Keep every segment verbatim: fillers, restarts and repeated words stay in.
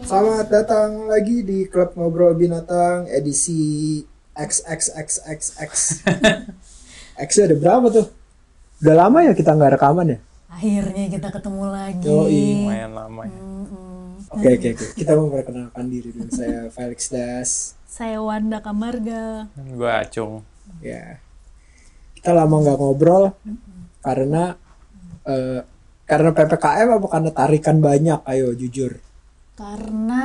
Selamat datang lagi di Klub Ngobrol Binatang edisi X X X X X. X ada berapa tuh? Udah lama ya kita nggak rekaman ya? Akhirnya kita ketemu lagi. Yoi. Lumayan lama ya. Oke oke oke. Kita mau perkenalkan diri dulu. Saya Felix Das. Saya Wanda Kamarga. Gue Acung. Ya. Kita lama nggak ngobrol karena uh, karena P P K M apa karena tarikan banyak? Ayo jujur. Karena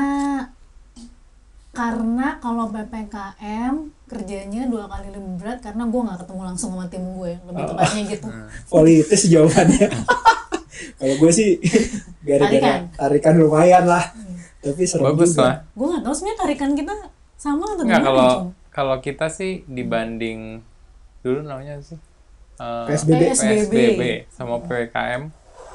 karena kalau P P K M kerjanya dua kali lebih berat karena gue nggak ketemu langsung sama tim gue, lebih tepatnya gitu. Politis jawabannya. Kalau gue sih gara-gara tarikan, tarikan lumayan lah. Tapi serem Bagus juga. lah. Gue nggak tahu sebenarnya tarikan kita sama atau Nggak, gimana. kalau Cung? kalau kita sih dibanding dulu namanya sih uh, P S B B. P S B B. P S B B sama P P K M.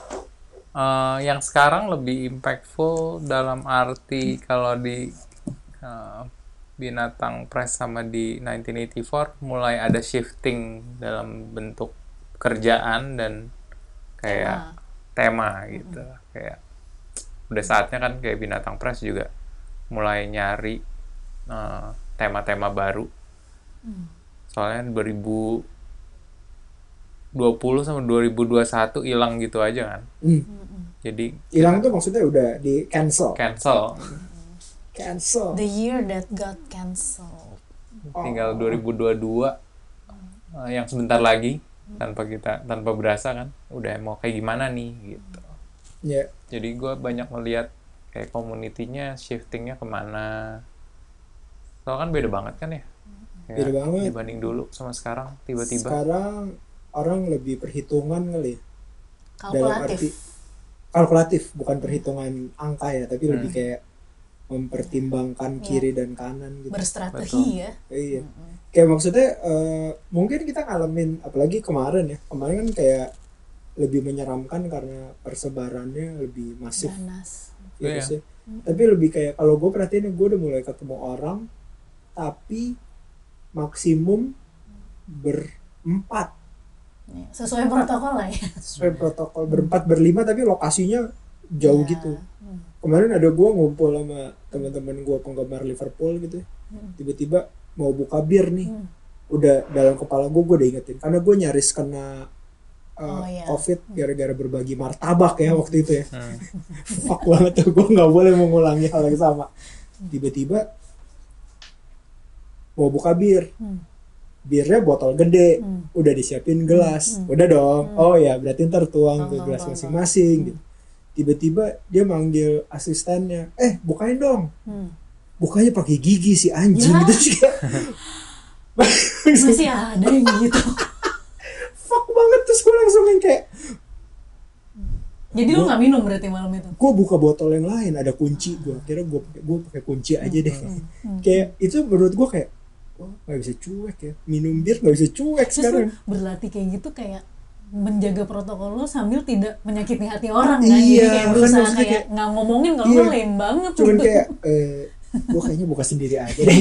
Uh, yang sekarang lebih impactful dalam arti kalau di uh, Binatang Press sama di nineteen eighty-four mulai ada shifting dalam bentuk kerjaan dan kayak tema, tema gitu. Mm. Kayak udah saatnya kan kayak Binatang Press juga mulai nyari uh, tema-tema baru. Mm. Soalnya dua ribu dua puluh sama dua ribu dua puluh satu hilang gitu aja kan. Mm. Jadi hilang tuh maksudnya udah di cancel. Cancel. Cancel. The year that got cancelled. Tinggal dua ribu dua puluh dua uh, yang sebentar lagi tanpa kita tanpa berasa kan udah mau kayak gimana nih gitu. Yeah. Jadi gue banyak melihat kayak community-nya shiftingnya kemana. Soalnya kan beda banget kan ya. Kayak beda banget. Dibanding dulu sama sekarang tiba-tiba. Sekarang orang lebih perhitungan kali ya. Kalkulatif. Dalam arti kalkulatif bukan perhitungan angka ya, tapi hmm. lebih kayak mempertimbangkan kiri yeah. dan kanan gitu. Berstrategi ya. Iya. Mm-hmm. Kayak maksudnya uh, mungkin kita ngalamin apalagi kemarin ya. Kemarin kan kayak lebih menyeramkan karena persebarannya lebih masif. Ganas. Gitu yeah. sih. Mm-hmm. Tapi lebih kayak kalau gue perhatiin gue udah mulai ketemu orang tapi maksimum berempat. Sesuai protokol lah ya. Sesuai protokol berempat berlima tapi lokasinya jauh yeah. gitu. Kemarin ada gue ngumpul sama teman-teman gue penggemar Liverpool gitu, hmm. tiba-tiba mau buka bir nih, hmm. udah dalam kepala gue gue udah ingetin karena gue nyaris kena uh, oh, yeah. COVID gara-gara berbagi martabak ya waktu itu ya, hmm. fuck banget tuh gue nggak boleh mengulangi hal yang sama. Tiba-tiba mau buka bir, hmm. birnya botol gede, hmm. udah disiapin gelas, hmm. udah dong, hmm. oh ya berarti ntar tuang ke gelas masing-masing hmm. gitu. Tiba-tiba dia manggil asistennya, eh bukain dong, hmm. bukanya pakai gigi si anjing ya. Gitu sih. Masih ada yang gitu. Fuck banget terus gue langsung yang kayak. Jadi gua, lu nggak minum berarti malam itu? Gue buka botol yang lain, ada kunci gue, kira gue gue pakai kunci aja deh. Hmm. Hmm. Kayak itu menurut gue kayak, oh nggak bisa cuek ya, minum bir nggak bisa cuek terus sekarang. Berlatih kayak gitu kayak menjaga protokol lo sambil tidak menyakiti hati orang kan, iya, jadi kayak berusaha kayak, kayak nggak ngomongin kalau iya, lo lame banget cuman tuh. Kayak eh, gue kayaknya buka sendiri aja deh.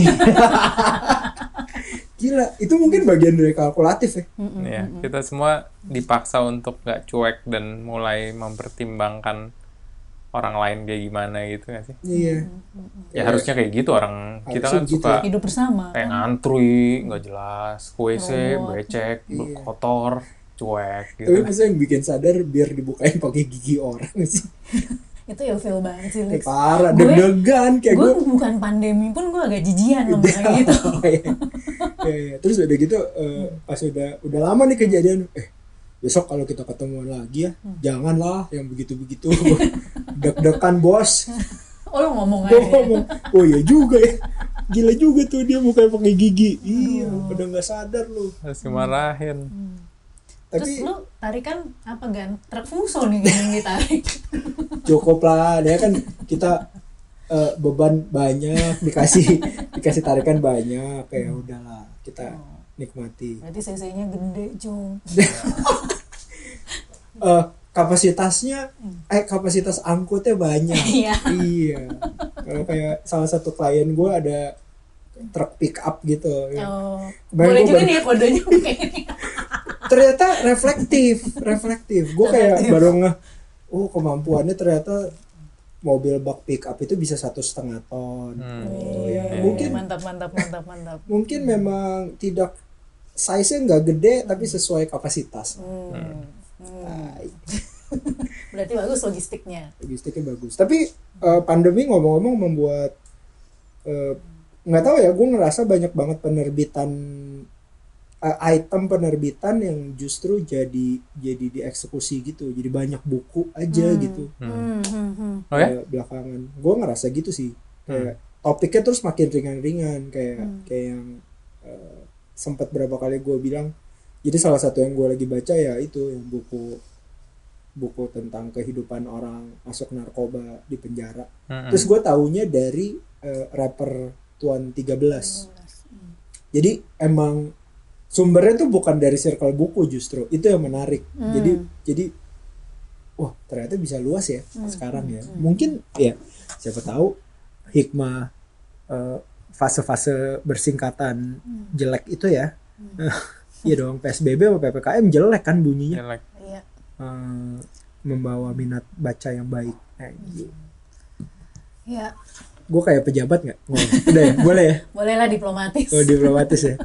Gila itu mungkin bagian dari kalkulatif ya. Ya kita semua dipaksa untuk nggak cuek dan mulai mempertimbangkan orang lain kayak gimana gitu nggak sih? Iya. Ya kayak, harusnya kayak gitu orang harusnya kita kan gitu suka hidup bersama kayak kan? Ngantri nggak jelas, W C becek, iya. kotor, cuek gitu. Tapi masa yang bikin sadar biar dibukain pakai gigi orang sih. Itu ya feel banget sih Lex. Parah, deg-degan kayak gue. Gue bukan pandemi pun gue agak jijian sama kayak gitu. ya, ya. Terus udah gitu uh, pas udah udah lama nih kejadian, eh besok kalau kita ketemuan lagi ya, hmm. janganlah yang begitu-begitu. Deg-degan bos. Oh lo ngomong aja. Ngomong. Oh iya juga ya. Gila juga tuh dia bukan pakai gigi. Iya, udah nggak sadar lu. Harus dimarahin. Hmm. Terus tapi, lu tarikan apa gan? Truk fuso nih yang ditarik. Cukup lah, dia kan kita uh, beban banyak dikasih dikasih tarikan banyak kayak hmm. udahlah kita oh. nikmati. Berarti cc-nya gede cung. uh, kapasitasnya eh kapasitas angkutnya banyak. Iya. Iya. Kalau kayak salah satu klien gue ada truk pick up gitu. Oh. Boleh juga nih ya kodenya kayak ternyata reflektif reflektif gue kayak baru nge oh kemampuannya ternyata mobil bak pick up itu bisa satu setengah ton. Hmm. Gitu Iya, ya. iya, Mungkin mantap mantap mantap mantap. mungkin memang tidak size-nya nggak gede tapi sesuai kapasitas. Hmm. Tai. Berarti bagus logistiknya. Logistiknya bagus. Tapi uh, pandemi ngomong-ngomong membuat uh, nggak tahu ya, gue ngerasa banyak banget penerbitan uh, item penerbitan yang justru jadi jadi dieksekusi gitu. Jadi banyak buku aja Hmm. gitu. Hmm, hmm, hmm. Oh ya? uh, belakangan. Gue ngerasa gitu sih. Kayak topiknya terus makin ringan-ringan kayak Hmm. kayak yang uh, sempat berapa kali gue bilang. Jadi salah satu yang gue lagi baca ya itu yang buku buku tentang kehidupan orang masuk narkoba di penjara. Mm-mm. Terus gue taunya dari uh, rapper Tuan tiga belas. Hmm. Jadi emang sumbernya tuh bukan dari circle buku, justru itu yang menarik. Hmm. Jadi jadi wah ternyata bisa luas ya Hmm. sekarang ya. Mungkin ya siapa tahu hikmah uh, fase-fase bersingkatan jelek itu ya. Iya dong, P S B B atau P P K M jelek kan bunyinya. Jelek. Iya. Uh, membawa minat baca yang baik. Eh, Iya. gue kayak pejabat nggak? Oh, udah ya, boleh ya? Bolehlah diplomatis. Oh diplomatis ya.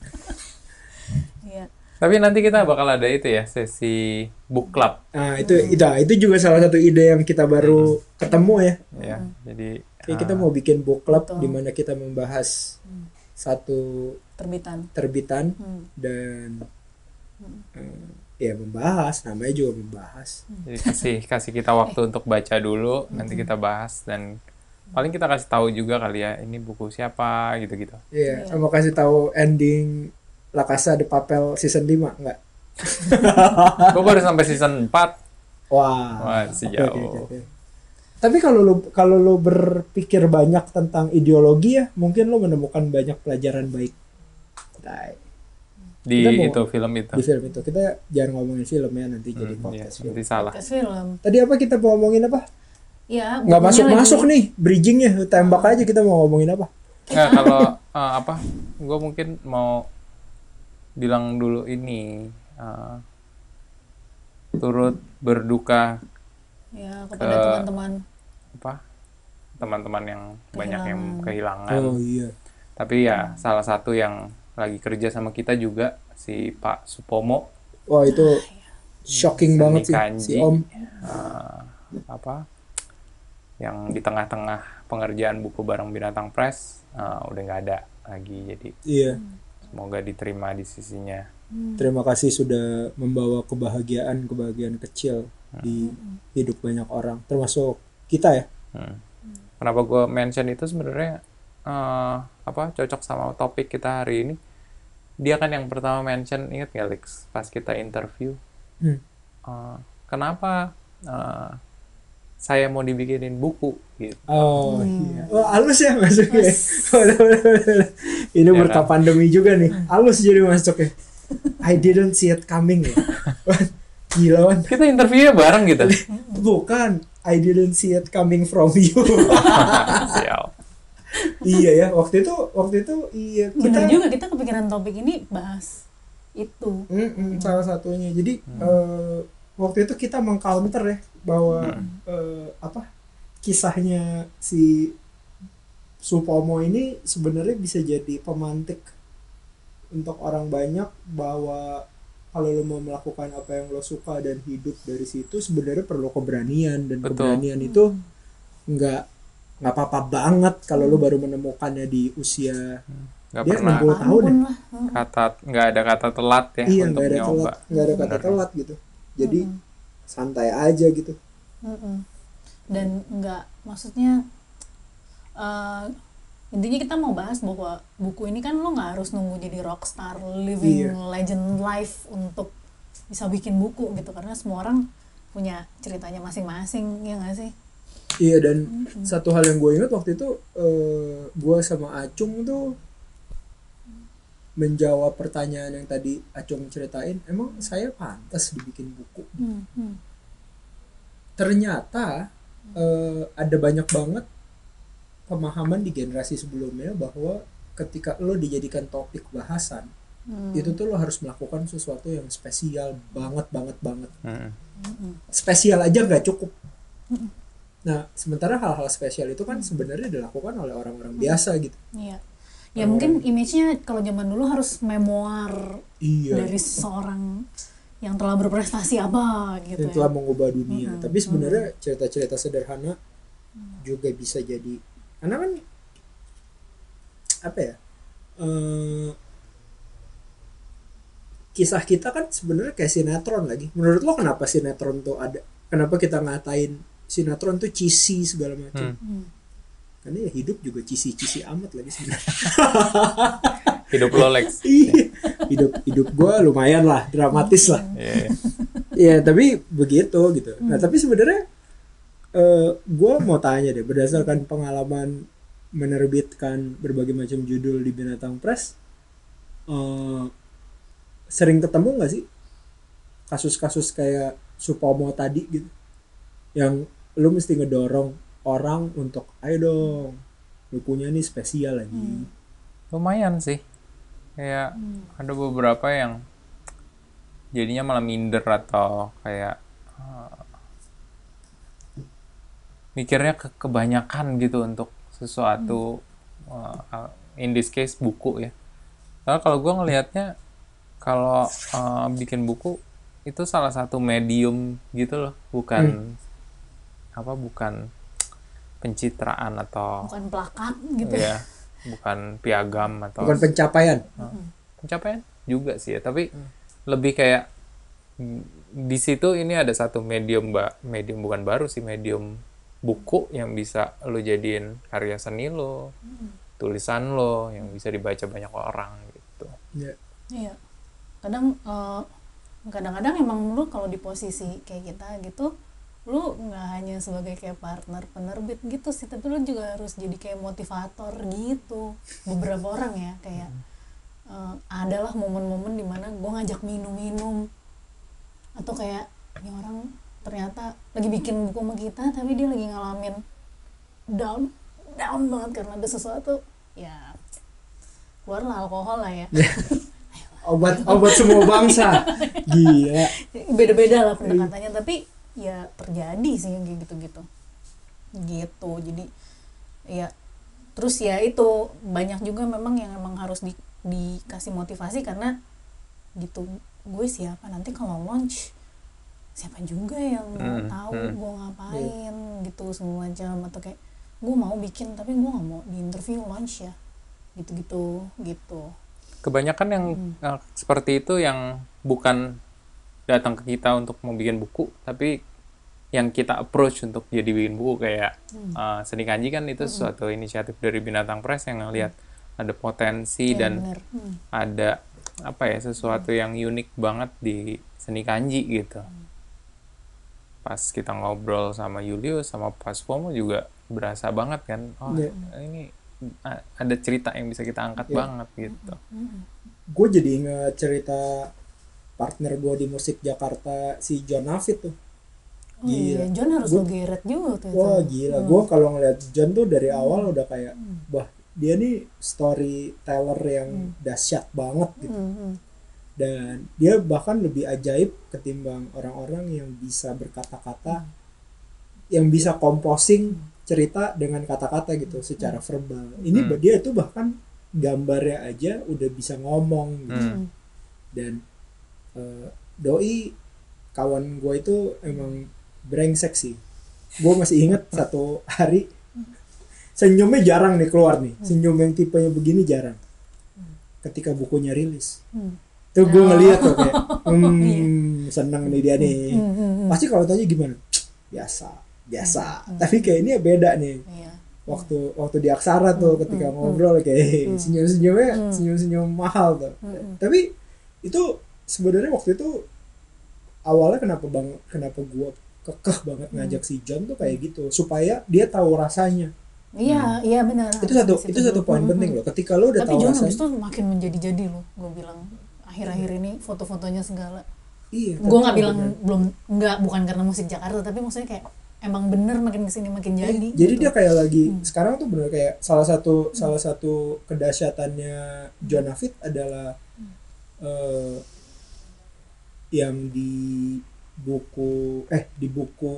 Iya. Tapi nanti kita bakal ada itu ya, sesi book club. Nah itu itu itu juga salah satu ide yang kita baru ketemu ya. Ya, jadi Kayak ah, kita mau bikin book club Betul. di mana kita membahas satu Terbitan. terbitan Hmm. dan eh, ya membahas, namanya juga membahas. jadi kasih kasih kita waktu untuk baca dulu, nanti kita bahas dan paling kita kasih tahu juga kali ya ini buku siapa gitu-gitu. Iya, sama kasih tahu ending La Casa de Papel season lima enggak? Gue baru sampai season empat. Wah. Wah, masih Oke, oke, jauh. oke, oke. Tapi kalau lu kalau lu berpikir banyak tentang ideologi ya, mungkin lu menemukan banyak pelajaran baik. Tai. Di Kita mau- itu film itu. Di film itu kita jangan ngomongin film ya, nanti jadi Hmm, iya, podcast film. nanti salah. Podcast film. Tadi apa kita mau ngomongin apa? Iya. Nggak bukunya masuk masuk lagi- nih bridgingnya, tembak aja kita mau ngomongin apa? Nggak, kalau eh, apa? Gue mungkin mau bilang dulu ini eh, turut berduka Ya kepada Ke- teman-teman. apa teman-teman yang banyak yang Kehilangan. kehilangan. Oh iya. Tapi ya salah satu yang lagi kerja sama kita juga si Pak Supomo. Wah itu shocking Seni banget sih kanji. si Om. eh, apa yang di tengah-tengah pengerjaan buku Barang Binatang Press eh, udah nggak ada lagi, jadi Iya. semoga diterima di sisinya. Terima kasih sudah membawa kebahagiaan kebahagiaan kecil di hidup banyak orang, termasuk kita ya. Hmm. Kenapa gue mention itu sebenarnya eh, apa cocok sama topik kita hari ini? Dia kan yang pertama mention, inget nggak Lex, pas kita interview, Hmm. eh, kenapa eh, saya mau dibikinin buku gitu. Oh iya. Oh halus ya masuknya. Ini Ya berkat kan? pandemi juga nih. Halus jadi masuknya. I didn't see it coming ya. Gila Wan. Kita interviewnya bareng gitu. Bukan. I didn't see it coming from you. Sial. Iya ya. Waktu itu waktu itu iya Bener kita. juga kita kepikiran topik ini bahas itu. Mm-mm, salah satunya. Jadi eh, waktu itu kita mengcounter ya bahwa eh, apa kisahnya si Supomo ini sebenarnya bisa jadi pemantik untuk orang banyak bahwa kalau lo mau melakukan apa yang lo suka dan hidup dari situ sebenarnya perlu keberanian, dan Betul. keberanian itu nggak nggak apa-apa banget kalau lo baru menemukannya di usia Nggak dia pernah enam puluh tahun ya. Ampun lah. kata nggak ada kata telat ya Iya, untuk nggak ada nyoba. telat, nggak ada kata Bener. telat gitu. Jadi santai aja gitu. Mm-mm. Dan enggak, maksudnya eh, intinya kita mau bahas bahwa buku ini kan lo nggak harus nunggu jadi rockstar living Iya. legend life untuk bisa bikin buku gitu, karena semua orang punya ceritanya masing-masing, ya nggak sih? Iya, dan satu hal yang gue ingat waktu itu eh, gue sama Acung tuh menjawab pertanyaan yang tadi Acung ceritain, emang saya pantas dibikin buku? Hmm, hmm. Ternyata eh, ada banyak banget pemahaman di generasi sebelumnya bahwa ketika lo dijadikan topik bahasan, Hmm. itu tuh lo harus melakukan sesuatu yang spesial banget banget banget. Mm. Spesial aja nggak cukup. Nah, sementara hal-hal spesial itu kan sebenarnya dilakukan oleh orang-orang biasa gitu. Iya. Ya mungkin image-nya kalau zaman dulu harus memoir Iya. dari seorang yang telah berprestasi apa gitu Yang ya. telah mengubah dunia. Tapi sebenarnya cerita-cerita sederhana juga bisa jadi, karena kan apa ya? eh, kisah kita kan sebenarnya kayak sinetron lagi. Menurut lo kenapa sinetron tuh ada? Kenapa kita ngatain sinetron tuh cheesy segala macam? Hmm. Karena ya hidup juga cheesy-cheesy amat lagi sebenarnya. Hidup lo Lex. Iya. hidup hidup gue lumayan lah, dramatis lah. Iya, iya. Ya tapi begitu gitu. Nah tapi sebenarnya uh, gue mau tanya deh, berdasarkan pengalaman menerbitkan berbagai macam judul di Binatang Press, uh, sering ketemu nggak sih kasus-kasus kayak Supomo tadi gitu, yang lu mesti ngedorong orang untuk ayo dong, lu punya nih spesial lagi. Hmm. Lumayan sih. Kayak ada beberapa yang jadinya malah minder atau kayak uh, mikirnya ke kebanyakan gitu untuk sesuatu, uh, in this case buku ya. Karena kalau gue ngelihatnya kalau uh, bikin buku itu salah satu medium gitu loh, bukan apa bukan pencitraan atau Bukan plakat gitu. ya bukan piagam atau Bukan pencapaian. pencapaian juga sih ya, tapi lebih kayak mm, di situ ini ada satu medium mbak medium bukan baru sih, medium buku yang bisa lo jadiin karya seni lo, tulisan lo yang bisa dibaca banyak orang gitu. Ya. Iya. Kadang eh, kadang-kadang emang lu kalau di posisi kayak kita gitu, lu nggak hanya sebagai kayak partner penerbit gitu sih, tapi lu juga harus jadi kayak motivator gitu. Beberapa orang ya kayak uh, adalah momen-momen dimana gue ngajak minum-minum, atau kayak ini orang ternyata lagi bikin buku sama kita tapi dia lagi ngalamin down down banget karena ada sesuatu, ya keluarlah alkohol lah ya. Obat obat semua bangsa. Gila. Beda-beda lah pendekatannya, tapi ya terjadi sih yang kayak gitu-gitu gitu. Jadi ya terus ya itu banyak juga memang yang emang harus di, dikasih motivasi karena gitu, gue siapa nanti kalau launch, siapa juga yang mau Hmm, tahu hmm. gue ngapain gitu semua macam, atau kayak gue mau bikin tapi gue nggak mau di interview launch ya gitu-gitu gitu. Kebanyakan yang uh, seperti itu yang bukan datang ke kita untuk mau bikin buku, tapi yang kita approach untuk jadi bikin buku kayak uh, Seni Kanji kan itu suatu inisiatif dari Binatang Press yang ngelihat ada potensi Ya, dan bener. Hmm. ada apa ya sesuatu yang unik banget di Seni Kanji gitu. Pas kita ngobrol sama Julius sama Pak Supomo juga berasa banget kan, oh Yeah. ini a- ada cerita yang bisa kita angkat Yeah. banget gitu. Gue jadi ingat cerita partner gue di musik Jakarta, si John Nafit tuh. Oh iya, John harus Gua- ngegeret juga tuh. Wah itu. gila, gue kalau ngeliat John tuh dari awal udah kayak, bah dia nih storyteller yang dahsyat banget gitu. Hmm, hmm. Dan dia bahkan lebih ajaib ketimbang orang-orang yang bisa berkata-kata, yang bisa composing cerita dengan kata-kata gitu secara verbal. Ini Hmm. dia tuh bahkan gambarnya aja udah bisa ngomong gitu. Hmm. Dan eh, doi kawan gue itu emang brengsek sih. Gue masih inget satu hari senyumnya jarang nih keluar nih, senyum yang tipenya begini jarang. Ketika bukunya rilis, Hmm. tuh gue Oh. ngeliat tuh kayak, hmm seneng nih dia nih. Hmm, hmm, hmm. Pasti kalau tanya gimana, biasa, biasa. Tapi kayak ini ya beda nih. Iya. Waktu waktu di Aksara tuh ketika ngobrol kayak senyum-senyumnya senyum-senyum mahal tuh. Tapi itu sebenarnya waktu itu awalnya kenapa bang kenapa gua kekeh banget ngajak si John tuh kayak gitu supaya dia tahu rasanya. Iya, iya benar. Itu satu itu satu poin penting loh. Ketika lo udah Tapi tahu John habis rasanya. itu makin menjadi-jadi loh, gue bilang akhir-akhir ini foto-fotonya segala. Iya. Gue nggak bilang belum, nggak bukan karena musik Jakarta, tapi maksudnya kayak emang bener makin kesini makin jadi. Jadi gitu. dia kayak lagi sekarang tuh bener kayak salah satu salah satu kedahsyatannya John Nafit adalah eh, yang di buku eh di buku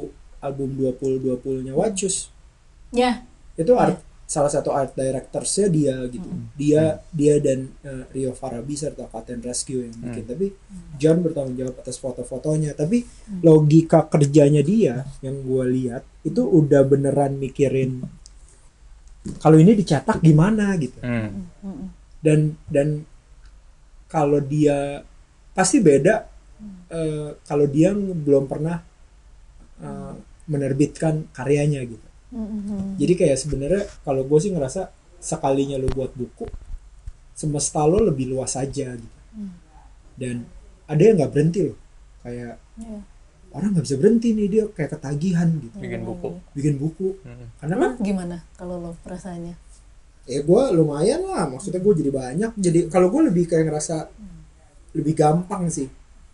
album dua puluh dua puluh-nya Wacus. Ya. Itu Ya. art salah satu art directorsnya dia gitu. Mm. Dia dia dan uh, Rio Farabi serta Cotton Rescue yang bikin. Mm. Tapi John bertanggung jawab atas foto-fotonya. Tapi logika kerjanya dia yang gue lihat itu udah beneran mikirin kalau ini dicetak gimana gitu. Hmm. Mm-mm. Dan dan kalau dia pasti beda uh, kalau dia belum pernah uh, menerbitkan karyanya gitu. Mm-mm. Jadi kayak sebenarnya kalau gue sih ngerasa sekalinya lo buat buku, semesta lo lebih luas aja gitu. Dan ada yang nggak berhenti loh, kayak Ya. orang nggak bisa berhenti nih, dia kayak ketagihan gitu Bikin buku. bikin buku. Hmm. Karena Lo kan gimana kalau lo perasaannya? ya gue lumayan lah, maksudnya gue jadi banyak. Jadi kalau gue lebih kayak ngerasa lebih gampang sih.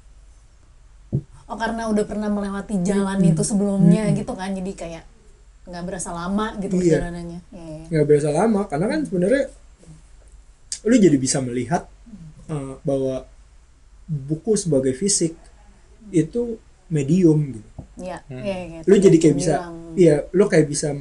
Oh karena udah pernah melewati jalan Hmm. itu sebelumnya Hmm. gitu kan, jadi kayak nggak berasa lama gitu Iya. perjalanannya. Iya. Nggak berasa lama karena kan sebenarnya lu jadi bisa melihat uh, bahwa buku sebagai fisik itu medium gitu. Iya. Hmm. Iya, iya, Lu tadi jadi aku kayak bisa, bilang. iya, lu kayak bisa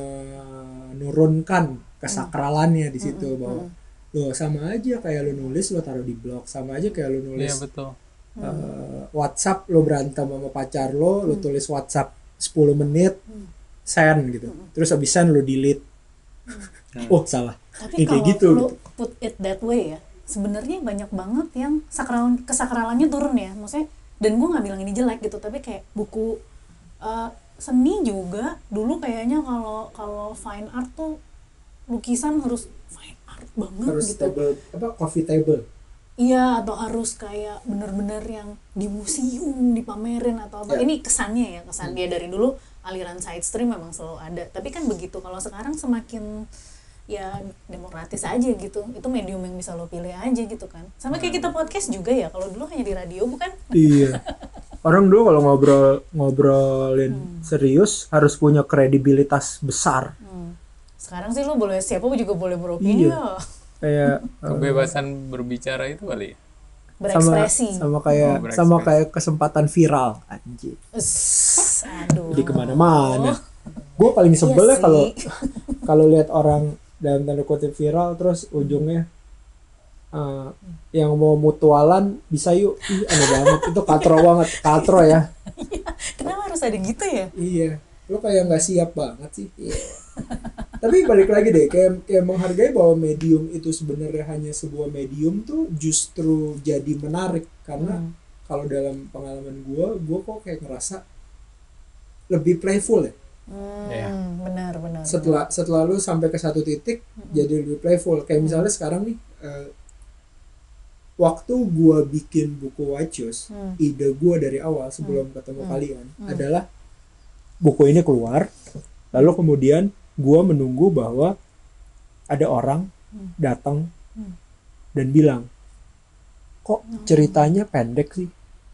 menurunkan kesakralannya di situ Mm-mm, bahwa mm-mm. lo sama aja kayak lu nulis lo taruh di blog, sama aja kayak lu Iya nulis betul. uh, WhatsApp lo berantem sama pacar lo, lo tulis WhatsApp sepuluh menit, send gitu, terus abis send lo delete. Oh salah. Tapi Ya, kayak kalau gitu, lo gitu. put it that way ya, sebenarnya banyak banget yang sakral kesakralannya turun ya, maksudnya. Dan gue nggak bilang ini jelek gitu, tapi kayak buku uh, seni juga dulu kayaknya kalau kalau fine art tuh lukisan harus fine art banget Harus gitu. table apa coffee table. Iya, atau harus kayak bener-bener yang di museum dipamerin atau apa. Ya. Ini kesannya ya, kesan dia dari dulu aliran side stream memang selalu ada. Tapi kan begitu, kalau sekarang semakin ya demokratis aja gitu. Itu medium yang bisa lo pilih aja gitu kan. Sama kayak kita podcast juga ya. Kalau dulu hanya di radio bukan? Iya. Orang dulu kalau ngobrol ngobrolin serius harus punya kredibilitas besar. Hmm. Sekarang sih lo boleh, siapa juga boleh beropini Iya. ya. Kayak uh, Kebebasan berbicara itu kali ya. sama Berekspresi. sama kayak Oh, berekspresi. sama kayak kesempatan viral anjir. Uss, aduh. Jadi kemana-mana. Gue paling sebel Iya ya kalau sih. kalau lihat orang dalam tanda kutip viral terus ujungnya uh, yang mau mutualan bisa yuk. Ih, aneh banget, itu katro banget, katro ya. Kenapa harus ada gitu ya? Iya, lo kayak nggak siap banget sih. Iya. Tapi balik lagi deh, kayak kayak menghargai bahwa medium itu sebenarnya hanya sebuah medium tuh justru jadi menarik karena Hmm. kalau dalam pengalaman gue, gue kok kayak ngerasa lebih playful ya. Hmm, Iya. benar benar. Setelah setelah lu sampai ke satu titik jadi lebih playful. Kayak misalnya sekarang nih, eh, waktu gue bikin buku Wacus, Hmm. ide gue dari awal sebelum ketemu Hmm. kalian Hmm. adalah buku ini keluar, lalu kemudian gue menunggu bahwa ada orang Hmm. datang Hmm. dan bilang, kok ceritanya pendek sih?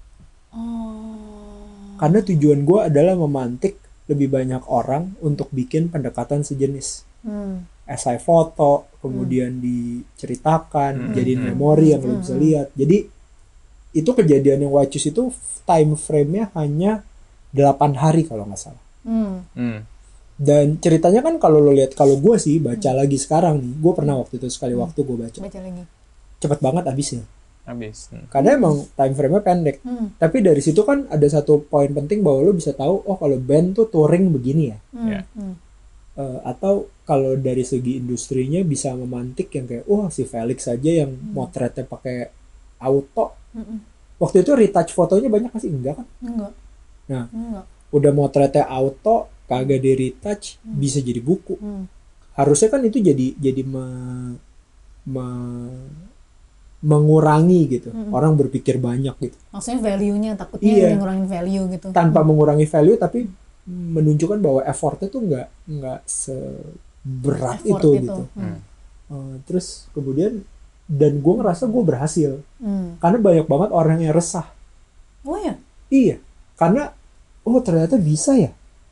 Oh. Karena tujuan gue adalah memantik lebih banyak orang untuk bikin pendekatan sejenis. Hmm. Esai foto, kemudian diceritakan, Hmm. jadiin Hmm. memori yang lo Hmm. bisa lihat. Jadi itu kejadian yang Wacus itu time frame-nya hanya delapan hari kalau nggak salah. Hmm. Hmm. Dan ceritanya kan kalau lo lihat, kalau gue sih baca lagi sekarang nih, gue pernah waktu itu sekali waktu gue baca, Baca lagi. cepet banget habisnya. Habis. Hmm. Karena emang time frame-nya pendek. Hmm. Tapi dari situ kan ada satu poin penting bahwa lo bisa tahu, oh kalau band tuh touring begini ya. Hmm. Ya. Hmm. Eh, atau kalau dari segi industrinya bisa memantik yang kayak, wah si Felix aja yang motretnya pakai auto. Hmm. Waktu itu retouch fotonya banyak nggak sih? Enggak kan? Enggak. Nah, Enggak. udah motretnya auto, kagak di retouch, bisa jadi buku. Hmm. Harusnya kan itu jadi jadi me- me- mengurangi gitu. Hmm. Orang berpikir banyak gitu. Maksudnya value-nya, takutnya Iya. yang ngurangin value gitu. Tanpa mengurangi value tapi menunjukkan bahwa effortnya tuh nggak nggak seberat Effort itu, itu. gitu. Hmm. Eh, terus kemudian dan gue ngerasa gue berhasil Hmm. karena banyak banget orang yang resah. Oh ya? Iya, karena oh ternyata bisa ya.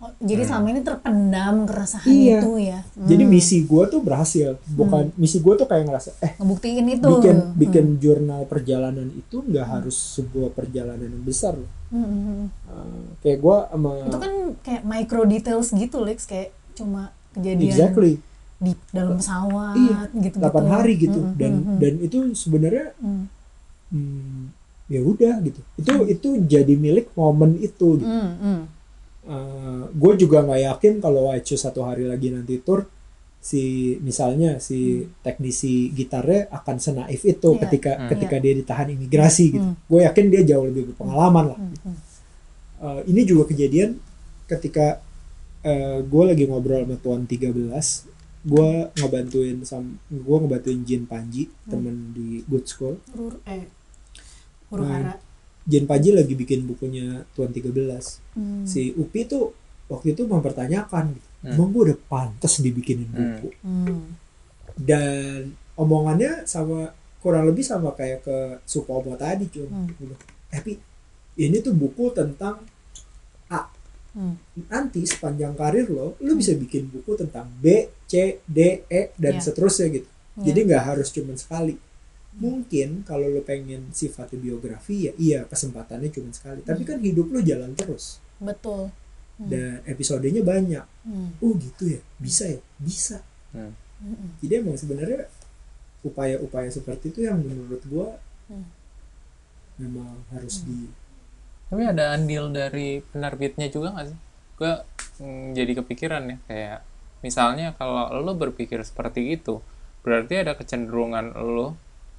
Oh, jadi selama ini terpendam keresahan Iya. itu ya. Jadi misi gue tuh berhasil, bukan misi gue tuh kayak ngerasa eh Ngebuktiin itu. bikin Hmm. bikin jurnal perjalanan itu nggak harus sebuah perjalanan yang besar loh. Hmm. Uh, kayak gue sama Itu kan kayak micro details gitu, Lex, kayak cuma kejadian exactly di dalam pesawat iya, gitu-gitu. delapan hari gitu Hmm, dan hmm, hmm. dan itu sebenarnya Hmm. hmm, ya udah gitu. Itu itu jadi milik momen itu gitu. Hmm, hmm. Uh, gue juga nggak yakin kalau Waichu satu hari lagi nanti tur si misalnya si teknisi gitarnya akan senaif itu Iya. ketika Hmm. ketika dia ditahan imigrasi gitu. Hmm. Gue yakin dia jauh lebih berpengalaman lah. Hmm, hmm. Uh, ini juga kejadian ketika uh, gue lagi ngobrol sama Tuan tiga belas, gue ngebantuin sam gue ngebantuin Jin Panji, temen di Good School. Huru eh huru hara. Jin Panji lagi bikin bukunya Tuan tiga belas. Hmm. Si Upi tuh waktu itu mempertanyakan gitu, Hmm. emang gue udah pantas dibikinin buku. Hmm. Dan omongannya sama kurang lebih sama kayak ke Supomo tadi cuy. Hmm. Tapi ini tuh buku tentang A. Hmm. Nanti sepanjang karir lo, lo bisa bikin buku tentang B, C, D, E dan Yeah. seterusnya gitu. Yeah. Jadi nggak harus cuma sekali. Mungkin kalau lo pengen sifatnya biografi ya iya kesempatannya cuma sekali. Tapi kan hidup lo jalan terus Betul. Hmm. dan episodenya banyak. Hmm. Oh gitu ya, bisa ya, bisa. Hmm. Hmm. Jadi emang sebenarnya upaya-upaya seperti itu yang menurut gua Hmm. memang harus di Tapi ada andil dari penerbitnya juga nggak sih? Gue mm, jadi kepikiran ya, kayak misalnya kalau lo berpikir seperti itu, berarti ada kecenderungan lo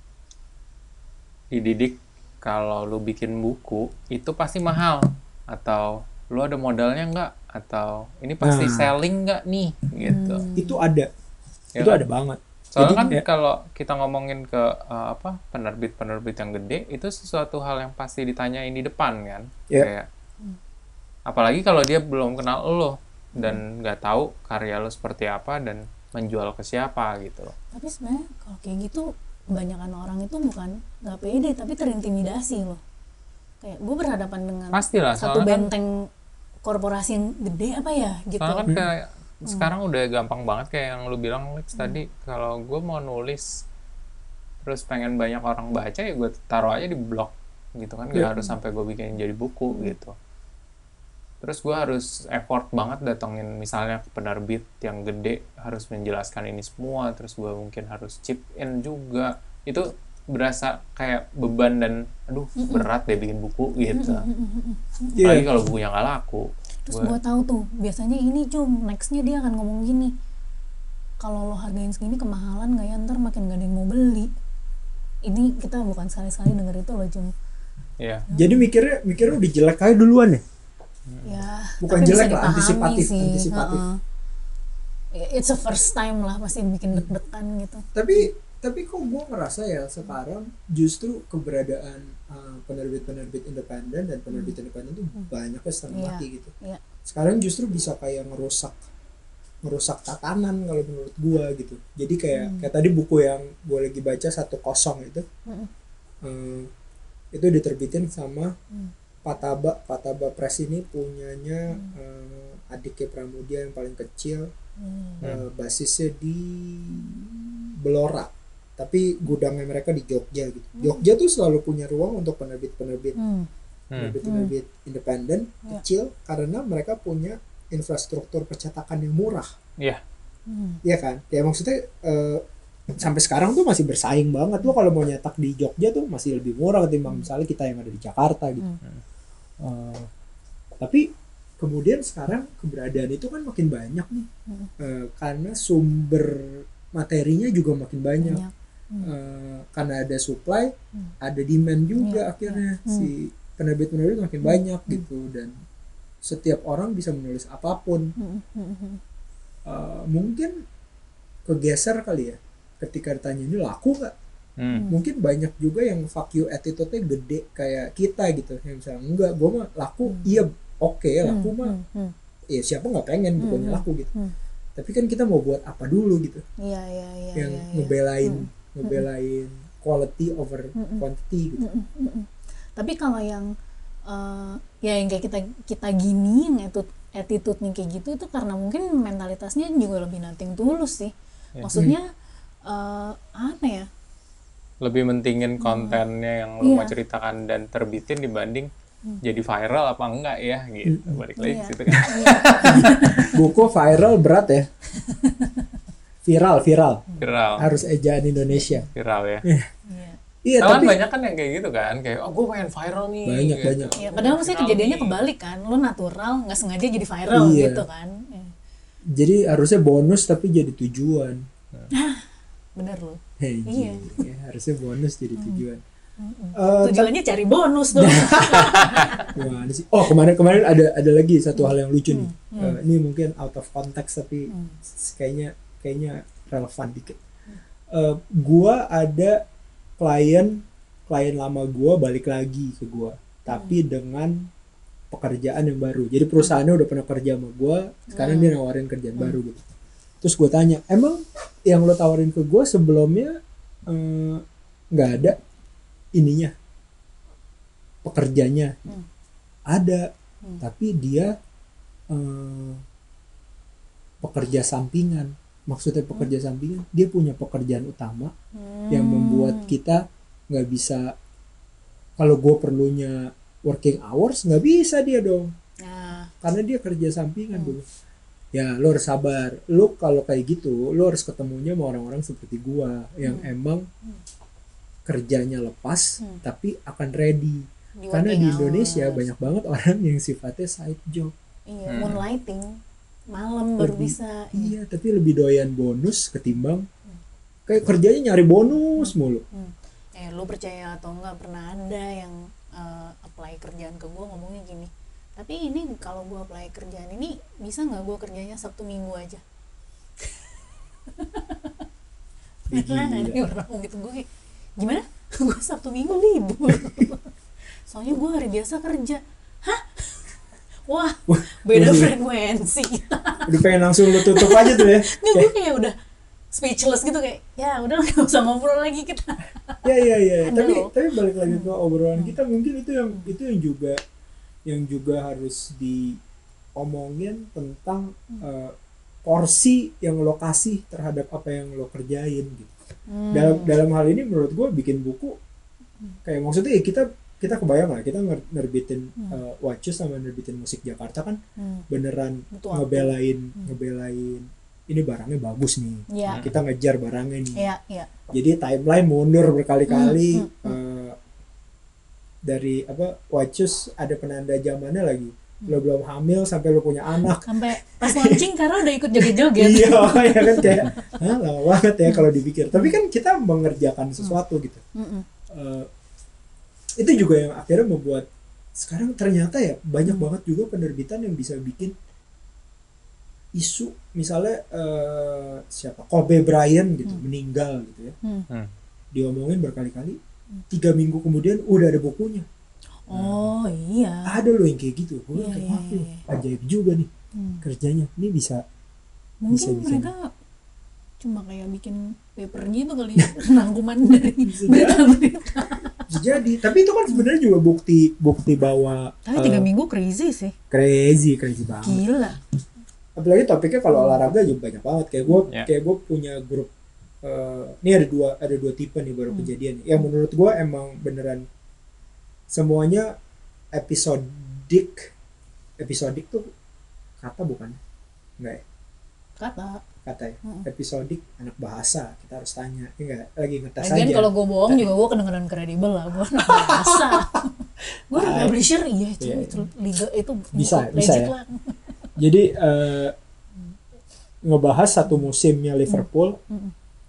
dididik kalau lo bikin buku itu pasti mahal, atau lo ada modalnya nggak, atau ini pasti Nah. selling nggak nih gitu. itu ada. Ya itu kan? ada banget. Soalnya Jadi, kan ya. kalau kita ngomongin ke uh, apa penerbit-penerbit yang gede, itu sesuatu hal yang pasti ditanyain di depan kan. Ya. Kayak apalagi kalau dia belum kenal lo dan nggak tahu karya lo seperti apa dan menjual ke siapa gitu loh. Tapi sebenarnya kalau kayak gitu kebanyakan orang itu bukan nggak pede tapi terintimidasi loh. Kayak gue berhadapan dengan Pastilah, satu soalnya kan- benteng korporasi yang gede apa ya gitu. Soalnya kan kayak sekarang udah gampang banget kayak yang lu bilang Lex tadi, kalau gue mau nulis terus pengen banyak orang baca ya gue taruh aja di blog gitu kan, nggak Iya. harus sampai gue bikin jadi buku gitu. Terus gue harus effort banget datengin misalnya ke penerbit yang gede, harus menjelaskan ini semua, terus gue mungkin harus chip in juga. Itu berasa kayak beban dan aduh berat deh bikin buku gitu. Iya. Apalagi kalau bukunya nggak laku. Terus Gua- gue tahu tuh biasanya ini cum nextnya dia akan ngomong gini, kalau lo hargain segini kemahalan nggak ya, ntar makin gak ada yang mau beli. Ini kita bukan sekali-sekali denger itu loh cum. Iya. Jadi mikirnya mikirnya udah jelek aja duluan ya. Ya Bukan tapi bisa jelek lah, dipahami antisipatif, sih. antisipatif. Heeh. It's a first time lah, pasti bikin deg-degan gitu. Tapi tapi kok gue ngerasa ya sekarang justru keberadaan uh, penerbit-penerbit independen dan penerbit independen tuh banyaknya setengah Iya. mati gitu. Iya. Sekarang justru bisa kayak ngerusak ngerusak tatanan kalau menurut gue gitu. Jadi kayak kayak tadi buku yang gue lagi baca satu kosong itu, Mm-mm. uh, itu diterbitin sama Hmm. Pataba. Pataba Press ini punyanya uh, adiknya Pramudia yang paling kecil, Hmm. uh, basisnya di Belora, tapi gudangnya mereka di Jogja gitu. Jogja tuh selalu punya ruang untuk penerbit-penerbit Hmm. Hmm. penerbit-penerbit independen Ya. kecil karena mereka punya infrastruktur percetakan yang murah. Iya. Hmm. Iya kan? Ya maksudnya eh, sampai sekarang tuh masih bersaing banget. Lo kalau mau nyetak di Jogja tuh masih lebih murah ketimbang misalnya kita yang ada di Jakarta gitu. Eh, tapi kemudian sekarang keberadaan itu kan makin banyak nih. Hmm. Eh, karena sumber materinya juga makin banyak. Banyak. Eh, karena ada supply, Hmm. ada demand juga Iya, akhirnya iya. Hmm. si penerbit-penerbit makin banyak gitu, dan setiap orang bisa menulis apapun. Hmm. Hmm. Hmm. Uh, mungkin kegeser kali ya ketika ditanya ini laku nggak, Hmm. mungkin banyak juga yang fuck you attitude-nya gede kayak kita gitu, yang misalnya enggak, gue mah laku iya oke laku Hmm. mah Hmm. ya siapa nggak pengen bukunya Hmm. laku gitu, Hmm. tapi kan kita mau buat apa dulu gitu, Iya iya iya. yang iya, iya. ngebelain ngebelain quality over Hmm. quantity gitu. Mm-mm, mm-mm. Tapi kalau yang uh, ya yang kayak kita kita gini, yang attitude attitude-nya kayak gitu itu karena mungkin mentalitasnya juga lebih nothing tulus sih. Ya. Maksudnya uh, apa ya? Lebih mentingin kontennya yang lu Iya. mau ceritakan dan terbitin dibanding jadi viral apa enggak ya gitu. Balik lagi Iya. ke situ kan. Buku viral berat ya. Viral, viral. Viral. Harus ejaan Indonesia. Viral ya. Iya. Iya, Tapi tapi banyak kan yang kayak gitu kan, kayak oh gue pengen viral nih. Banyak, gitu. banyak. Iya, padahal maksudnya Viral kejadiannya nih. kebalik kan. Lu natural, nggak sengaja jadi viral Iya. gitu kan. Iya. jadi harusnya bonus tapi jadi tujuan. Bener lu. Hei, Iya. ya, harusnya bonus jadi tujuan. Eh, Tujuannya cari bonus dong. Gimana sih? Oh, kemarin-kemarin ada ada lagi satu hal yang lucu nih. Eh, ini mungkin out of context tapi s- kayaknya kayaknya relevan dikit. Eh, gua ada klien klien lama gua balik lagi ke gua, tapi dengan pekerjaan yang baru. Jadi perusahaannya udah pernah kerja sama gua, sekarang dia nawarin kerjaan baru gitu. Terus gue tanya, emang yang lo tawarin ke gue sebelumnya eh, nggak ada ininya pekerjanya? Hmm. Ada, Hmm. tapi dia eh, pekerja sampingan. Maksudnya pekerja sampingan, dia punya pekerjaan utama yang membuat kita nggak bisa. Kalau gue perlunya working hours, nggak bisa dia dong, Nah, karena dia kerja sampingan dulu. Ya lo harus sabar. Lo kalau kayak gitu, lo harus ketemunya sama orang-orang seperti gua yang emang kerjanya lepas Hmm. tapi akan ready. di Karena working di Indonesia hours. banyak banget orang yang sifatnya side job. Iya, Hmm. moonlighting. Malam baru Lebih- bisa. Iya, tapi lebih doyan bonus ketimbang kayak kerjanya nyari bonus mulu. Hmm. Eh, lu percaya atau enggak, pernah ada yang eh, apply kerjaan ke gue ngomongnya gini, tapi ini kalau gue apply kerjaan ini bisa nggak gue kerjanya Sabtu Minggu aja? Beneran ada Gila. orang ngomong gitu. Gue kayak, gimana? Gue Sabtu Minggu libur. Soalnya gue hari biasa kerja. Hah? Wah, beda Wah. frekuensi. Udah pengen langsung lo tutup aja tuh ya. Nggak, gue kayak udah speechless gitu, kayak ya udah nggak usah ngobrol lagi kita. Ya ya ya. Ada Tapi loh. tapi balik lagi ke obrolan kita, mungkin itu yang itu yang juga yang juga harus diomongin tentang eh, porsi yang lo kasih terhadap apa yang lo kerjain gitu. Hmm. Dalam dalam hal ini menurut gue bikin buku kayak maksudnya ya kita kita kebayang lah, kita ner- nerbitin eh, Watchus sama nerbitin Musik Jakarta kan Hmm. beneran Butuh waktu. ngebelain ngebelain ini barangnya bagus nih. Iya. Kita ngejar barangnya nih. Iya, iya. Jadi timeline mundur berkali-kali. Hmm, hmm, eh, dari apa Watchus ada penanda zamannya lagi. Lo belum hamil sampai lo punya anak. Sampai pas launching Kara udah ikut joget-joget. Iya, ya kan kayak, hah lama banget ya kalau dipikir. Tapi kan kita mengerjakan sesuatu gitu. Mm-mm. Eh, itu juga yang akhirnya membuat sekarang ternyata ya banyak banget juga penerbitan yang bisa bikin isu, misalnya eh, siapa Kobe Bryant gitu meninggal gitu ya, Hmm. Hmm. diomongin berkali-kali, tiga minggu kemudian udah ada bukunya. Oh iya. Ada loh yang kayak gitu. Gue Iya, kayak, iya, wah, iya, loh, iya. ajaib juga nih Hmm. kerjanya. Ini bisa Mungkin bisa bikin. mereka cuma kayak bikin paper gitu kali ya, rangkuman dari Bisa berita-berita. bisa jadi. Tapi itu kan sebenarnya juga bukti bukti bahwa Tapi eh, tiga minggu crazy sih, crazy crazy banget. gila. Apalagi topiknya kalau olahraga juga banyak banget. Kayak gue Ya. kayak gue punya grup. eh, ini ada dua ada dua tipe nih baru kejadian. Yang menurut gue emang beneran semuanya episodik. Episodik tuh kata bukan? Enggak ya? Kata. Kata ya. Mm-mm. Episodik anak bahasa kita harus tanya. Enggak lagi ngetes Lagian aja. kalau gue bohong juga gue kedengeran kredibel lah, gue anak biasa. Gue udah publisher, iya itu, Iya, itu liga itu Bisa, legit bisa ya. lah. Jadi eh, ngebahas satu musimnya Liverpool. Mm-mm.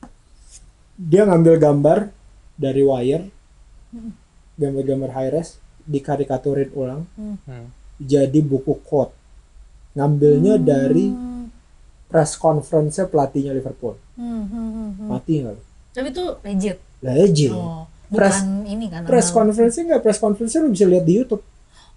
Dia ngambil gambar dari Wire, gambar-gambar high res, dikarikaturin ulang, Hmm. jadi buku quote. Ngambilnya dari Hmm, press conference pelatihnya Liverpool. hmm, hmm, hmm, hmm. Mati nggak? lo? Tapi itu legit. Legit. Oh, bukan Press- ini kan. Press amal. conference nggak press conference lu bisa lihat di YouTube.